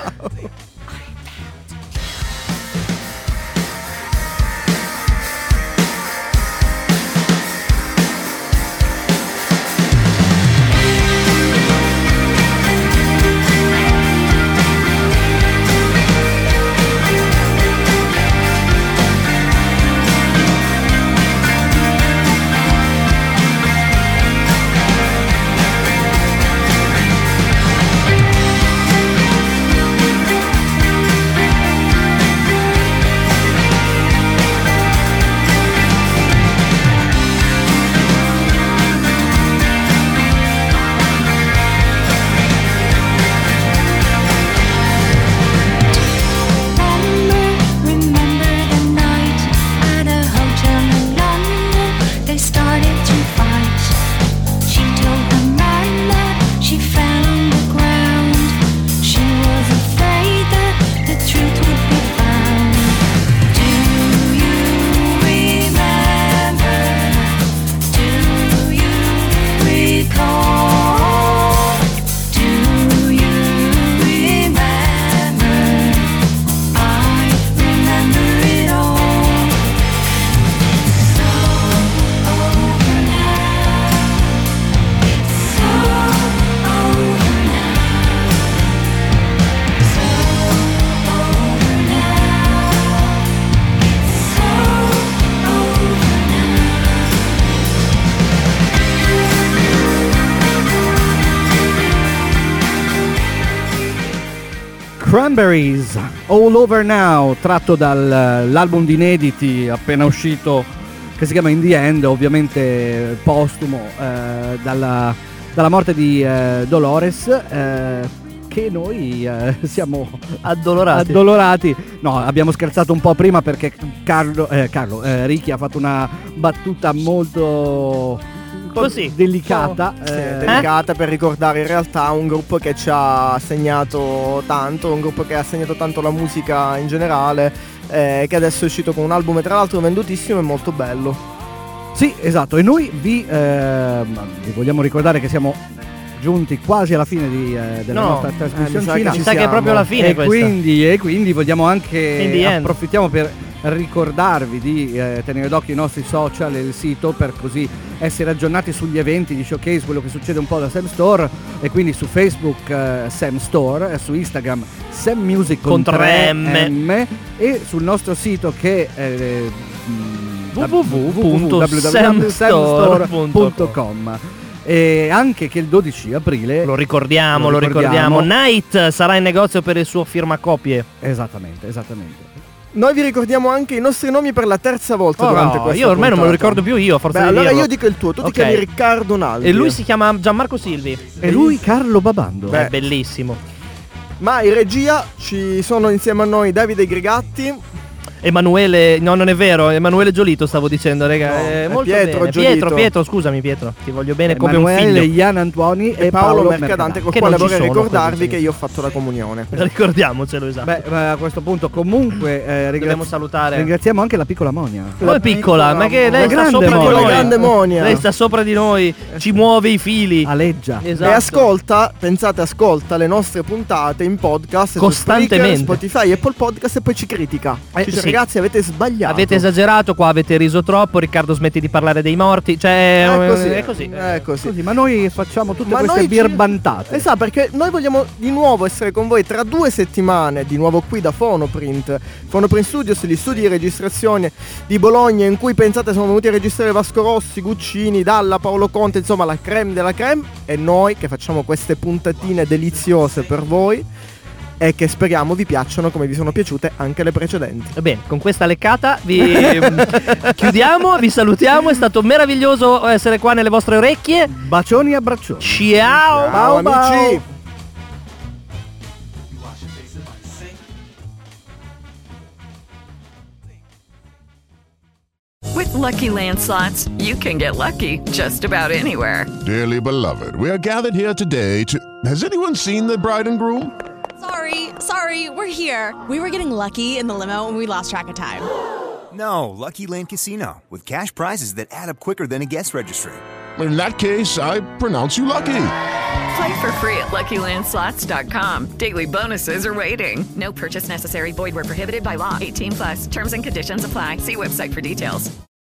S5: Cranberries, All Over Now, tratto dall'album di inediti appena uscito che si chiama In The End, ovviamente postumo dalla morte di Dolores, che noi siamo addolorati. No, abbiamo scherzato un po' prima perché Ricky ha fatto una battuta molto
S6: così
S5: delicata,
S7: delicata per ricordare in realtà un gruppo che ci ha segnato tanto, un gruppo che ha segnato tanto la musica in generale, che adesso è uscito con un album tra l'altro vendutissimo e molto bello.
S5: Sì, esatto, e noi vi vogliamo ricordare che siamo giunti quasi alla fine della nostra trasmissione.
S6: Mi sa che è proprio la fine
S5: e quindi vogliamo anche approfittiamo per ricordarvi di tenere d'occhio i nostri social e il sito per così essere aggiornati sugli eventi di Showcase, quello che succede un po' da Sam Store, e quindi su Facebook Sam Store, su Instagram Sam Music con 3M e sul nostro sito che è www.samstore.com. E anche che il 12 aprile
S6: lo ricordiamo. Night sarà in negozio per il suo firmacopie.
S5: Esattamente.
S7: Noi vi ricordiamo anche i nostri nomi per la terza volta durante questa
S6: io ormai
S7: puntata.
S6: non me lo ricordo più io, forse.
S7: Allora io dico il tuo, tu ti chiami Riccardo Naldi.
S6: E lui si chiama Gianmarco Silvi.
S5: E lui Carlo Babando.
S6: È bellissimo.
S7: Ma in regia ci sono insieme a noi Davide Grigatti,
S6: Emanuele, no non è vero, Emanuele Giolito stavo dicendo, raga,
S7: no,
S6: molto
S7: Pietro
S6: bene.
S7: Giolito.
S6: Pietro, scusami Pietro, ti voglio bene come un
S5: Emanuele,
S6: figlio.
S5: Ian Antuoni e
S7: Paolo Mercadante, col
S6: che
S7: quale
S6: non ci
S7: vorrei
S6: sono,
S7: ricordarvi che io ho fatto la comunione.
S6: Ricordiamocelo, esatto.
S5: Beh, a questo punto comunque
S6: dobbiamo salutare.
S5: Ringraziamo anche la piccola Monia.
S6: Come piccola? Ma che lei sta sopra di noi.
S7: Grande Monia.
S6: Lei sta sopra di noi, ci muove i fili.
S5: Aleggia.
S6: Esatto.
S7: E ascolta le nostre puntate in podcast
S6: costantemente
S7: su Spreaker, Spotify, Apple Podcast, e poi ci critica. Ci dice,
S6: sì.
S7: ragazzi, avete sbagliato.
S6: Avete esagerato, qua avete riso troppo, Riccardo smetti di parlare dei morti, cioè è così.
S5: Ma noi facciamo tutte queste birbantate.
S7: Esatto, perché noi vogliamo di nuovo essere con voi tra 2 settimane, di nuovo qui da Phonoprint Studios, gli studi di registrazione di Bologna, in cui pensate sono venuti a registrare Vasco Rossi, Guccini, Dalla, Paolo Conte, insomma la creme della creme, e noi che facciamo queste puntatine deliziose per voi e che speriamo vi piacciono come vi sono piaciute anche le precedenti.
S6: Bene, con questa leccata vi chiudiamo, vi salutiamo, è stato meraviglioso essere qua nelle vostre orecchie.
S5: Bacioni e abbraccioni.
S6: Ciao,
S7: ciao amici.
S1: With Lucky Land Slots, you can get lucky just about anywhere.
S2: Dearly beloved, we are gathered here today to... Has anyone seen the bride and groom?
S3: Sorry, we're here. We were getting lucky in the limo and we lost track of time.
S4: No, Lucky Land Casino, with cash prizes that add up quicker than a guest registry.
S2: In that case, I pronounce you lucky.
S1: Play for free at LuckyLandSlots.com. Daily bonuses are waiting. No purchase necessary. Void where prohibited by law. 18+. Terms and conditions apply. See website for details.